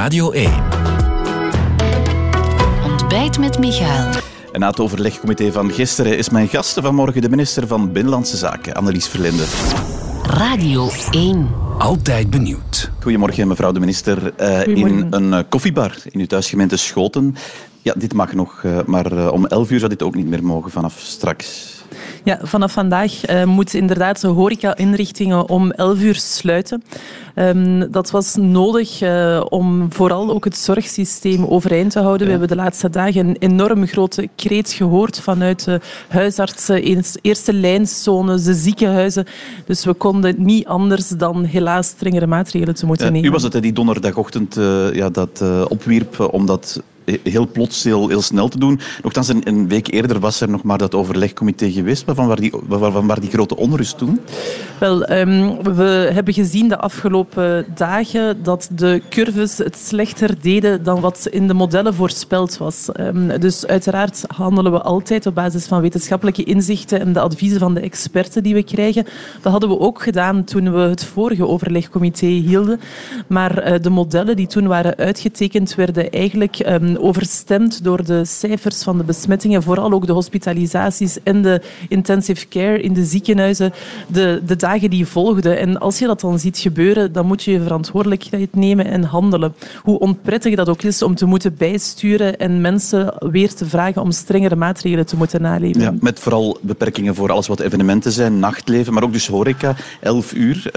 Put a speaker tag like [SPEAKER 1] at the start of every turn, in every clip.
[SPEAKER 1] Radio 1.
[SPEAKER 2] Ontbijt met Michael.
[SPEAKER 3] En na het overlegcomité van gisteren is mijn gast vanmorgen de minister van Binnenlandse Zaken, Annelies Verlinde.
[SPEAKER 2] Radio 1.
[SPEAKER 1] Altijd benieuwd.
[SPEAKER 3] Goedemorgen, mevrouw de minister. In een koffiebar in uw thuisgemeente Schoten. Ja, dit mag nog, maar om 11 uur zou dit ook niet meer mogen vanaf straks.
[SPEAKER 4] Ja, vanaf vandaag moeten inderdaad de horeca-inrichtingen om 11 uur sluiten. Dat was nodig om vooral ook het zorgsysteem overeind te houden. We hebben de laatste dagen een enorm grote kreet gehoord vanuit de huisartsen, eerste lijnzones, de ziekenhuizen. Dus we konden niet anders dan helaas strengere maatregelen te moeten nemen.
[SPEAKER 3] U was het die donderdagochtend dat opwierp om dat heel plots, heel snel te doen. Nochtans, een week eerder was er nog maar dat overlegcomité geweest. Waarvan waar die grote onrust toen?
[SPEAKER 4] Wel, we hebben gezien de afgelopen dagen dat de curves het slechter deden dan wat in de modellen voorspeld was. Dus uiteraard handelen we altijd op basis van wetenschappelijke inzichten en de adviezen van de experten die we krijgen. Dat hadden we ook gedaan toen we het vorige overlegcomité hielden. Maar de modellen die toen waren uitgetekend werden eigenlijk overstemd door de cijfers van de besmettingen, vooral ook de hospitalisaties en de intensive care in de ziekenhuizen, de dagen die volgden. En als je dat dan ziet gebeuren, dan moet je je verantwoordelijkheid nemen en handelen. Hoe onprettig dat ook is om te moeten bijsturen en mensen weer te vragen om strengere maatregelen te moeten naleven.
[SPEAKER 3] Ja, met vooral beperkingen voor alles wat evenementen zijn, nachtleven, maar ook dus horeca, 11 uur.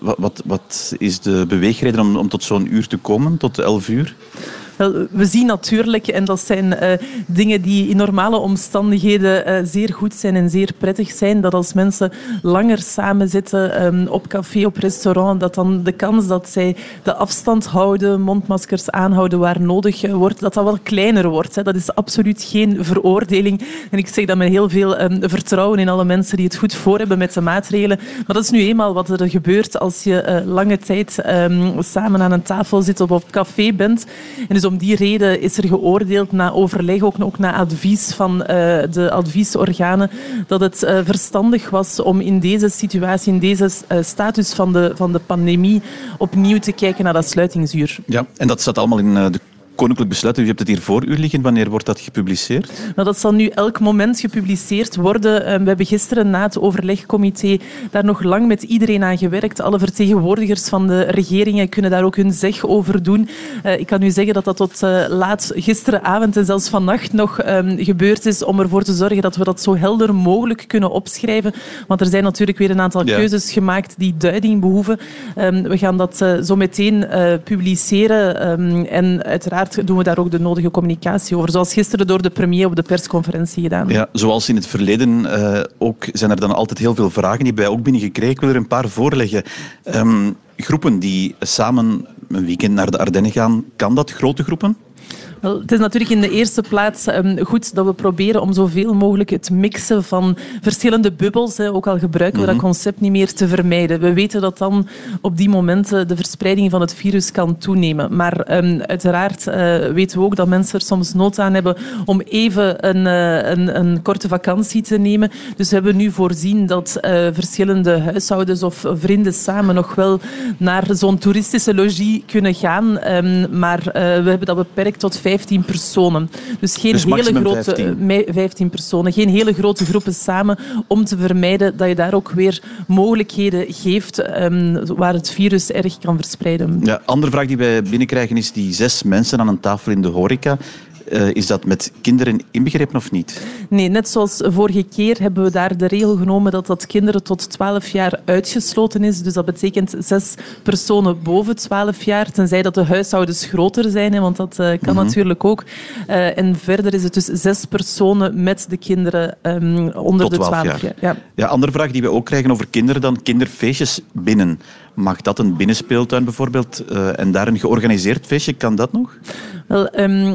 [SPEAKER 3] Wat is de beweegreden om tot zo'n uur te komen, tot 11 uur?
[SPEAKER 4] We zien natuurlijk, en dat zijn dingen die in normale omstandigheden zeer goed zijn en zeer prettig zijn, dat als mensen langer samen zitten op café, op restaurant, dat dan de kans dat zij de afstand houden, mondmaskers aanhouden waar nodig wordt, dat wel kleiner wordt. Dat is absoluut geen veroordeling. En ik zeg dat met heel veel vertrouwen in alle mensen die het goed voor hebben met de maatregelen. Maar dat is nu eenmaal wat er gebeurt als je lange tijd samen aan een tafel zit of op café bent. En dus om die reden is er geoordeeld, na overleg, ook na advies van de adviesorganen, dat het verstandig was om in deze situatie, in deze status van de pandemie, opnieuw te kijken naar dat sluitingsuur. Ja,
[SPEAKER 3] en dat staat allemaal in de koninklijk besluit. U hebt het hier voor u liggen. Wanneer wordt dat gepubliceerd?
[SPEAKER 4] Nou, dat zal nu elk moment gepubliceerd worden. We hebben gisteren na het overlegcomité daar nog lang met iedereen aan gewerkt. Alle vertegenwoordigers van de regeringen kunnen daar ook hun zeg over doen. Ik kan u zeggen dat dat tot laat gisteravond en zelfs vannacht nog gebeurd is om ervoor te zorgen dat we dat zo helder mogelijk kunnen opschrijven. Want er zijn natuurlijk weer een aantal keuzes gemaakt die duiding behoeven. We gaan dat zo meteen publiceren en uiteraard doen we daar ook de nodige communicatie over. Zoals gisteren door de premier op de persconferentie gedaan. Ja,
[SPEAKER 3] zoals in het verleden ook zijn er dan altijd heel veel vragen die wij ook binnengekregen. Ik wil er een paar voorleggen. Groepen die samen een weekend naar de Ardennen gaan, kan dat? Grote groepen?
[SPEAKER 4] Wel, het is natuurlijk in de eerste plaats goed dat we proberen om zoveel mogelijk het mixen van verschillende bubbels, ook al gebruiken we dat concept niet meer, te vermijden. We weten dat dan op die momenten de verspreiding van het virus kan toenemen. Maar uiteraard weten we ook dat mensen er soms nood aan hebben om even een korte vakantie te nemen. Dus we hebben nu voorzien dat verschillende huishoudens of vrienden samen nog wel naar zo'n toeristische logie kunnen gaan. Maar we hebben dat beperkt tot 15 personen. Dus geen hele grote 15 personen, geen hele grote groepen samen, om te vermijden dat je daar ook weer mogelijkheden geeft waar het virus erg kan verspreiden.
[SPEAKER 3] Ja, andere vraag die wij binnenkrijgen is die 6 mensen aan een tafel in de horeca. Is dat met kinderen inbegrepen of niet?
[SPEAKER 4] Nee, net zoals vorige keer hebben we daar de regel genomen dat kinderen tot 12 jaar uitgesloten is. Dus dat betekent 6 personen boven 12 jaar, tenzij dat de huishoudens groter zijn, want dat kan natuurlijk ook. En verder is het dus 6 personen met de kinderen onder
[SPEAKER 3] tot
[SPEAKER 4] de 12 jaar.
[SPEAKER 3] Ja, andere vraag die we ook krijgen over kinderen dan, kinderfeestjes binnen. Mag dat een binnenspeeltuin bijvoorbeeld en daar een georganiseerd feestje, kan dat nog?
[SPEAKER 4] Wel,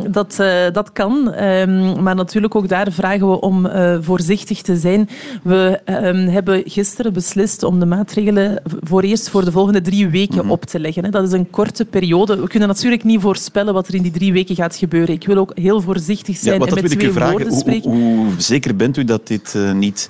[SPEAKER 4] dat kan, maar natuurlijk ook daar vragen we om voorzichtig te zijn. We hebben gisteren beslist om de maatregelen voor de volgende 3 weken op te leggen. Dat is een korte periode. We kunnen natuurlijk niet voorspellen wat er in die 3 weken gaat gebeuren. Ik wil ook heel voorzichtig zijn en met 2 woorden spreken.
[SPEAKER 3] Hoe zeker bent u dat dit niet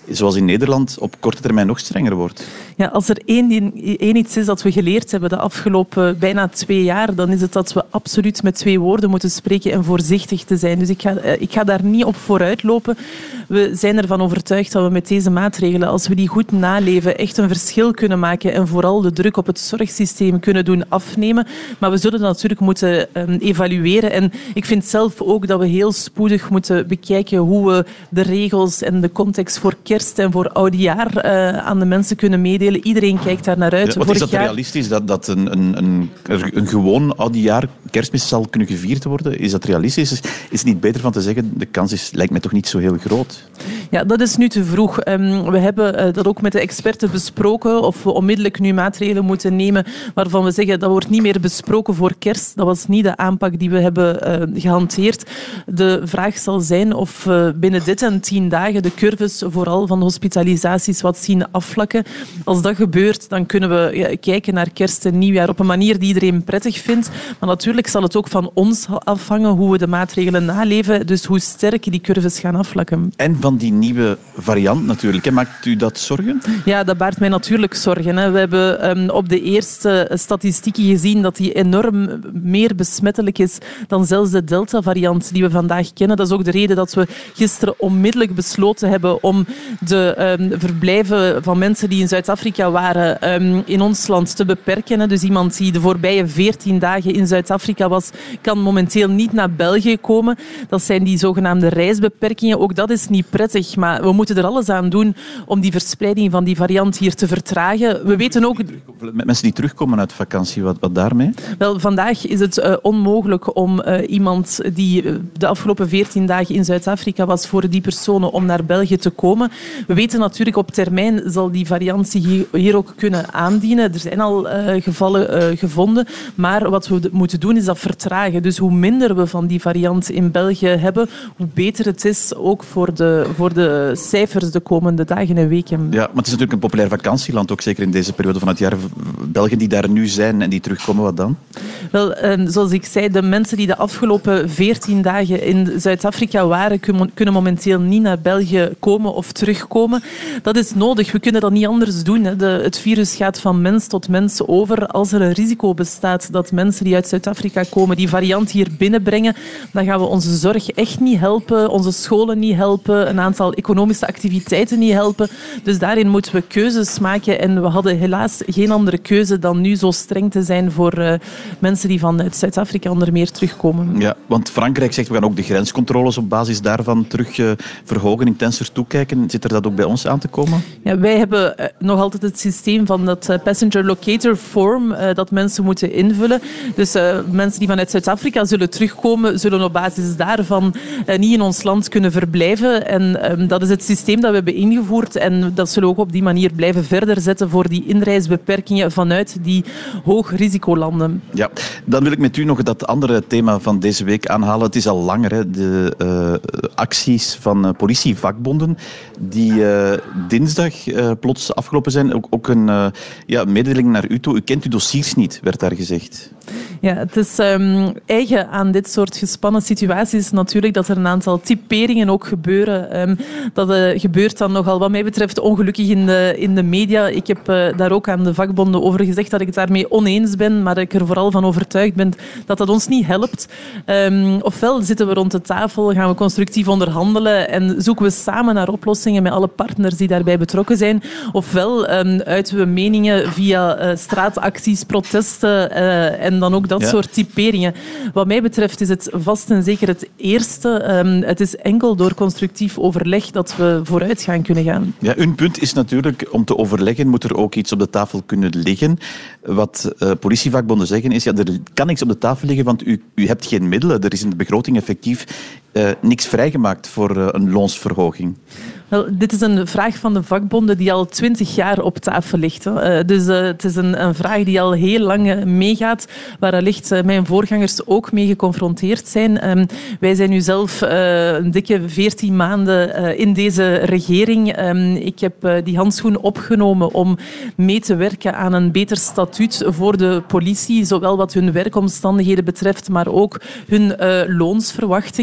[SPEAKER 3] zoals in Nederland, op korte termijn nog strenger wordt.
[SPEAKER 4] Ja, als er één iets is dat we geleerd hebben de afgelopen bijna 2 jaar, dan is het dat we absoluut met 2 woorden moeten spreken en voorzichtig te zijn. Dus ik ga daar niet op vooruitlopen. We zijn ervan overtuigd dat we met deze maatregelen, als we die goed naleven, echt een verschil kunnen maken en vooral de druk op het zorgsysteem kunnen doen afnemen. Maar we zullen natuurlijk moeten evalueren. En ik vind zelf ook dat we heel spoedig moeten bekijken hoe we de regels en de context voor kerst en voor oudejaar aan de mensen kunnen meedelen. Iedereen kijkt daar naar uit.
[SPEAKER 3] Is dat realistisch dat een gewoon oudejaar, kerstmis zal kunnen gevierd worden? Is dat realistisch? Is het niet beter van te zeggen, de kans lijkt mij toch niet zo heel groot?
[SPEAKER 4] Ja, dat is nu te vroeg. We hebben dat ook met de experten besproken, of we onmiddellijk nu maatregelen moeten nemen waarvan we zeggen dat wordt niet meer besproken voor kerst. Dat was niet de aanpak die we hebben gehanteerd. De vraag zal zijn of binnen dit en 10 dagen de curves vooral van hospitalisaties wat zien afvlakken. Als dat gebeurt, dan kunnen we kijken naar kerst en nieuwjaar op een manier die iedereen prettig vindt. Maar natuurlijk zal het ook van ons afhangen hoe we de maatregelen naleven, dus hoe sterk die curves gaan afvlakken.
[SPEAKER 3] En van die nieuwe variant natuurlijk. Maakt u dat zorgen?
[SPEAKER 4] Ja, dat baart mij natuurlijk zorgen. We hebben op de eerste statistieken gezien dat die enorm meer besmettelijk is dan zelfs de Delta-variant die we vandaag kennen. Dat is ook de reden dat we gisteren onmiddellijk besloten hebben om de verblijven van mensen die in Zuid-Afrika waren in ons land te beperken. Dus iemand die de voorbije 14 dagen in Zuid-Afrika was, kan momenteel niet naar België komen. Dat zijn die zogenaamde reisbeperkingen. Ook dat is niet prettig, maar we moeten er alles aan doen om die verspreiding van die variant hier te vertragen. We weten ook...
[SPEAKER 3] Mensen die terugkomen uit vakantie, wat daarmee?
[SPEAKER 4] Wel, vandaag is het onmogelijk om iemand die de afgelopen 14 dagen in Zuid-Afrika was, voor die personen om naar België te komen. We weten natuurlijk op termijn zal die variant zich hier ook kunnen aandienen. Er zijn al gevallen gevonden, maar wat we moeten doen is dat vertragen. Dus hoe minder we van die variant in België hebben, hoe beter het is ook voor de cijfers de komende dagen en weken. Ja,
[SPEAKER 3] maar het is natuurlijk een populair vakantieland, ook zeker in deze periode van het jaar. Belgen die daar nu zijn en die terugkomen, wat dan?
[SPEAKER 4] Wel, zoals ik zei, de mensen die de afgelopen 14 dagen in Zuid-Afrika waren, kunnen momenteel niet naar België komen of terugkomen. Dat is nodig. We kunnen dat niet anders doen. Het virus gaat van mens tot mens over. Als er een risico bestaat dat mensen die uit Zuid-Afrika komen die variant hier binnenbrengen, dan gaan we onze zorg echt niet helpen, onze scholen niet helpen, een aantal economische activiteiten niet helpen. Dus daarin moeten we keuzes maken en we hadden helaas geen andere keuze dan nu zo streng te zijn voor mensen die vanuit Zuid-Afrika onder meer terugkomen.
[SPEAKER 3] Ja, want Frankrijk zegt we gaan ook de grenscontroles op basis daarvan terug verhogen, intenser toekijken. Zit er dat ook bij ons aan te komen?
[SPEAKER 4] Ja, wij hebben nog altijd het systeem van dat passenger locator form dat mensen moeten invullen. Dus mensen die vanuit Zuid-Afrika zullen terugkomen, zullen op basis daarvan niet in ons land kunnen verblijven. En dat is het systeem dat we hebben ingevoerd en dat zullen we ook op die manier blijven verder zetten voor die inreisbeperkingen vanuit die hoogrisicolanden.
[SPEAKER 3] Ja, dan wil ik met u nog dat andere thema van deze week aanhalen. Het is al langer, hè, de acties van politievakbonden die dinsdag plots afgelopen zijn. Ook een mededeling naar u toe. U kent uw dossiers niet, werd daar gezegd.
[SPEAKER 4] Ja, het is eigen aan dit soort gespannen situaties natuurlijk dat er een aantal typeringen ook gebeuren. Dat gebeurt dan nogal, wat mij betreft, ongelukkig in de media. Ik heb daar ook aan de vakbonden over gezegd dat ik het daarmee oneens ben, maar dat ik er vooral van overtuigd ben dat dat ons niet helpt. Ofwel zitten we rond de tafel, gaan we constructief onderhandelen en zoeken we samen naar oplossingen met alle partners die daarbij betrokken zijn. Ofwel uiten we meningen via straatacties, protesten en dan ook dat soort typeringen. Wat mij betreft is het vast en zeker het eerste. Het is enkel door constructief overleg dat we vooruit gaan kunnen gaan.
[SPEAKER 3] Ja, uw punt is natuurlijk, om te overleggen moet er ook iets op de tafel kunnen liggen. Wat politievakbonden zeggen is, er kan niks op de tafel liggen, want u hebt geen middelen. Er is in de begroting effectief niks vrijgemaakt voor een loonsverhoging.
[SPEAKER 4] Wel, dit is een vraag van de vakbonden die al 20 jaar op tafel ligt. Dus het is een vraag die al heel lang meegaat, waar wellicht mijn voorgangers ook mee geconfronteerd zijn. Wij zijn nu zelf een dikke 14 maanden in deze regering. Ik heb die handschoen opgenomen om mee te werken aan een beter statuut voor de politie, zowel wat hun werkomstandigheden betreft, maar ook hun loonsverwachtingen.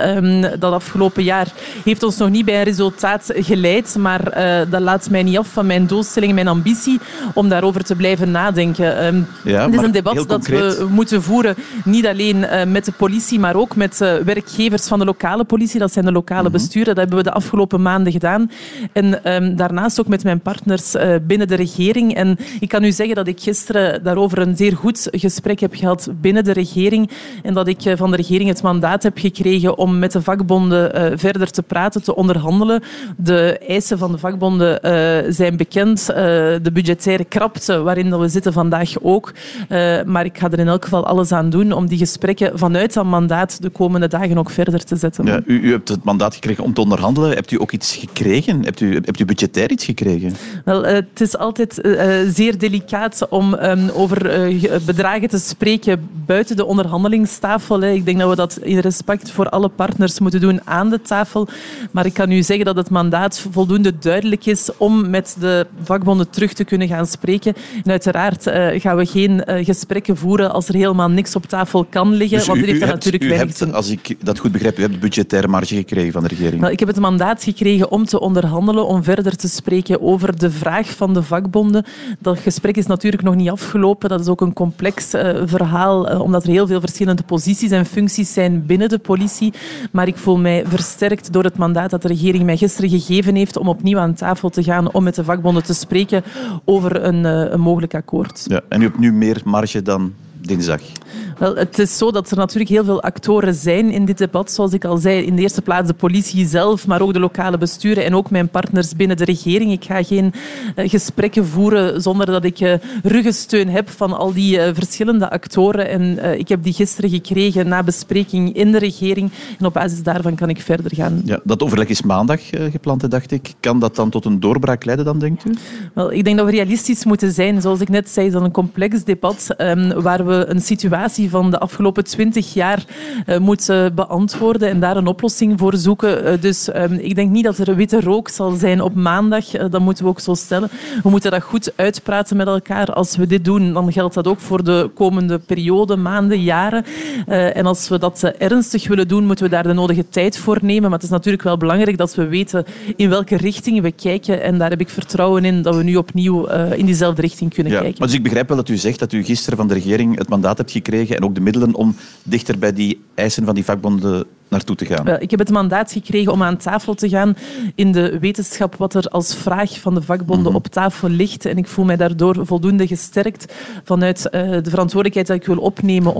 [SPEAKER 4] dat afgelopen jaar heeft ons nog niet bij een resultaat geleid, maar dat laat mij niet af van mijn doelstelling, mijn ambitie om daarover te blijven nadenken. Het is een debat dat we moeten voeren, niet alleen met de politie, maar ook met werkgevers van de lokale politie. Dat zijn de lokale besturen. Dat hebben we de afgelopen maanden gedaan. En daarnaast ook met mijn partners binnen de regering. En ik kan u zeggen dat ik gisteren daarover een zeer goed gesprek heb gehad binnen de regering en dat ik van de regering het mandaat heb gekregen om met de vakbonden verder te praten, te onderhandelen. De eisen van de vakbonden zijn bekend. De budgettaire krapte waarin we zitten vandaag ook. Maar ik ga er in elk geval alles aan doen om die gesprekken vanuit dat mandaat de komende dagen ook verder te zetten.
[SPEAKER 3] Ja, u hebt het mandaat gekregen om te onderhandelen. Hebt u ook iets gekregen? Hebt u budgetair iets gekregen?
[SPEAKER 4] Wel, het is altijd zeer delicaat om over bedragen te spreken buiten de onderhandelingstafel. Ik denk dat we dat in respect voor alle partners moeten doen aan de tafel. Maar ik kan u zeggen dat het mandaat voldoende duidelijk is om met de vakbonden terug te kunnen gaan spreken. En uiteraard gaan we geen gesprekken voeren als er helemaal niks op tafel kan liggen.
[SPEAKER 3] Dus
[SPEAKER 4] want heeft natuurlijk weinig zin.
[SPEAKER 3] Als ik dat goed begrijp, u hebt de budgettaire marge gekregen van de regering.
[SPEAKER 4] Wel, ik heb het mandaat gekregen om te onderhandelen, om verder te spreken over de vraag van de vakbonden. Dat gesprek is natuurlijk nog niet afgelopen. Dat is ook een complex verhaal, omdat er heel veel verschillende posities en functies zijn binnen de politie. Maar ik voel mij versterkt door het mandaat dat de regering mij gisteren gegeven heeft om opnieuw aan tafel te gaan om met de vakbonden te spreken over een mogelijk akkoord.
[SPEAKER 3] Ja, en u hebt nu meer marge dan dinsdag?
[SPEAKER 4] Wel, het is zo dat er natuurlijk heel veel actoren zijn in dit debat. Zoals ik al zei, in de eerste plaats de politie zelf, maar ook de lokale besturen en ook mijn partners binnen de regering. Ik ga geen gesprekken voeren zonder dat ik ruggensteun heb van al die verschillende actoren. En ik heb die gisteren gekregen na bespreking in de regering. En op basis daarvan kan ik verder gaan. Ja,
[SPEAKER 3] dat overleg is maandag gepland, dacht ik. Kan dat dan tot een doorbraak leiden, dan, denkt u?
[SPEAKER 4] Wel, ik denk dat we realistisch moeten zijn. Zoals ik net zei, is dat een complex debat waar we een situatie van de afgelopen 20 jaar moeten beantwoorden en daar een oplossing voor zoeken. Dus ik denk niet dat er een witte rook zal zijn op maandag. Dat moeten we ook zo stellen. We moeten dat goed uitpraten met elkaar. Als we dit doen, dan geldt dat ook voor de komende periode, maanden, jaren. En als we dat ernstig willen doen, moeten we daar de nodige tijd voor nemen. Maar het is natuurlijk wel belangrijk dat we weten in welke richting we kijken. En daar heb ik vertrouwen in dat we nu opnieuw in diezelfde richting kunnen kijken.
[SPEAKER 3] Maar dus ik begrijp wel dat u zegt dat u gisteren van de regering het mandaat hebt gekregen en ook de middelen om dichter bij die eisen van die vakbonden naartoe te gaan.
[SPEAKER 4] Ik heb het mandaat gekregen om aan tafel te gaan in de wetenschap wat er als vraag van de vakbonden op tafel ligt. En ik voel mij daardoor voldoende gesterkt vanuit de verantwoordelijkheid dat ik wil opnemen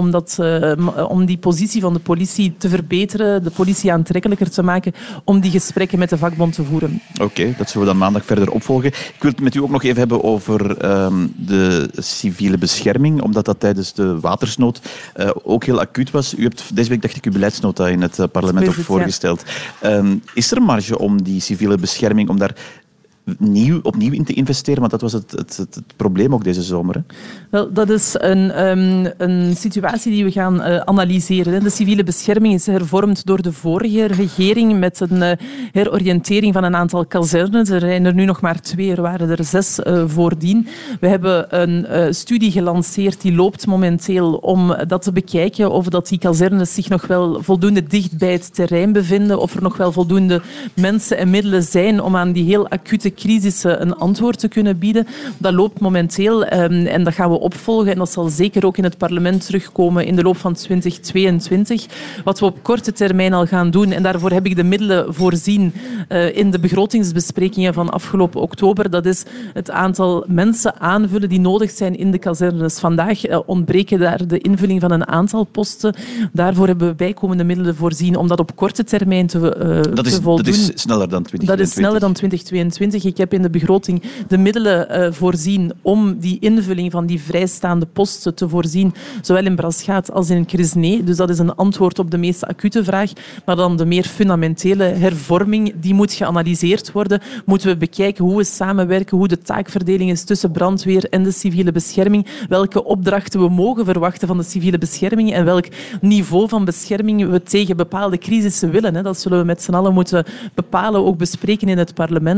[SPEAKER 4] om die positie van de politie te verbeteren, de politie aantrekkelijker te maken, om die gesprekken met de vakbond te voeren.
[SPEAKER 3] Oké, dat zullen we dan maandag verder opvolgen. Ik wil het met u ook nog even hebben over de civiele bescherming, omdat dat tijdens de watersnood ook heel acuut was. U hebt deze week, dacht ik, uw beleidsnota in het parlement ook voorgesteld. Ja. Is er een marge om die civiele bescherming, om daar opnieuw in te investeren? Want dat was het probleem ook deze zomer. Hè?
[SPEAKER 4] Wel, dat is een situatie die we gaan analyseren. De civiele bescherming is hervormd door de vorige regering met een heroriëntering van een aantal kazernes. Er zijn er nu nog maar 2, er waren er 6 voordien. We hebben een studie gelanceerd, die loopt momenteel om dat te bekijken of dat die kazernes zich nog wel voldoende dicht bij het terrein bevinden, of er nog wel voldoende mensen en middelen zijn om aan die heel acute crisissen een antwoord te kunnen bieden. Dat loopt momenteel en dat gaan we opvolgen en dat zal zeker ook in het parlement terugkomen in de loop van 2022. Wat we op korte termijn al gaan doen, en daarvoor heb ik de middelen voorzien in de begrotingsbesprekingen van afgelopen oktober, dat is het aantal mensen aanvullen die nodig zijn in de kazernes. Vandaag ontbreken daar de invulling van een aantal posten. Daarvoor hebben we bijkomende middelen voorzien om dat op korte termijn te voldoen.
[SPEAKER 3] Dat is sneller dan 2022.
[SPEAKER 4] Dat is sneller dan 2022. Ik heb in de begroting de middelen voorzien om die invulling van die vrijstaande posten te voorzien, zowel in Braschaat als in Crisnee. Dus dat is een antwoord op de meest acute vraag. Maar dan de meer fundamentele hervorming, die moet geanalyseerd worden. Moeten we bekijken hoe we samenwerken, hoe de taakverdeling is tussen brandweer en de civiele bescherming, welke opdrachten we mogen verwachten van de civiele bescherming en welk niveau van bescherming we tegen bepaalde crisissen willen. Dat zullen we met z'n allen moeten bepalen, ook bespreken in het parlement.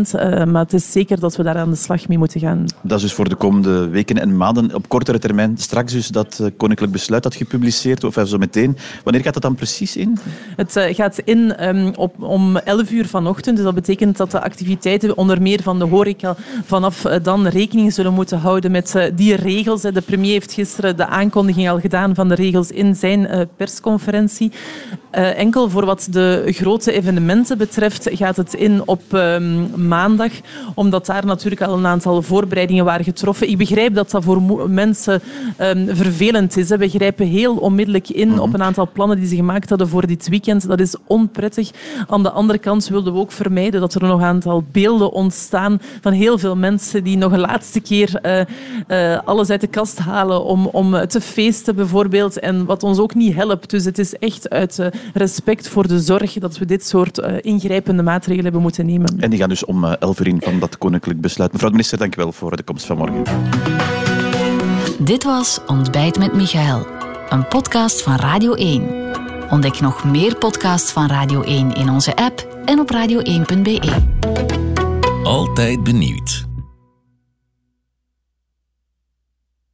[SPEAKER 4] Maar het is zeker dat we daar aan de slag mee moeten gaan.
[SPEAKER 3] Dat is dus voor de komende weken en maanden. Op kortere termijn, straks dus dat koninklijk besluit dat gepubliceerd, of zo meteen. Wanneer gaat dat dan precies in?
[SPEAKER 4] Het gaat in om 11 uur vanochtend. Dus dat betekent dat de activiteiten, onder meer van de horeca, vanaf dan rekening zullen moeten houden met die regels. De premier heeft gisteren de aankondiging al gedaan van de regels in zijn persconferentie. Enkel voor wat de grote evenementen betreft gaat het in op maandag, omdat daar natuurlijk al een aantal voorbereidingen waren getroffen. Ik begrijp dat dat voor mensen vervelend is. We grijpen heel onmiddellijk in op een aantal plannen die ze gemaakt hadden voor dit weekend. Dat is onprettig. Aan de andere kant wilden we ook vermijden dat er nog een aantal beelden ontstaan van heel veel mensen die nog een laatste keer alles uit de kast halen om te feesten bijvoorbeeld. En wat ons ook niet helpt. Dus het is echt uit respect voor de zorg dat we dit soort ingrijpende maatregelen hebben moeten nemen.
[SPEAKER 3] En die gaan dus om 11 uur in van dat koninklijk besluit. Mevrouw de minister, dank u wel voor de komst van morgen.
[SPEAKER 2] Dit was Ontbijt met Michaël, een podcast van Radio 1. Ontdek nog meer podcasts van Radio 1 in onze app en op radio1.be.
[SPEAKER 1] Altijd benieuwd.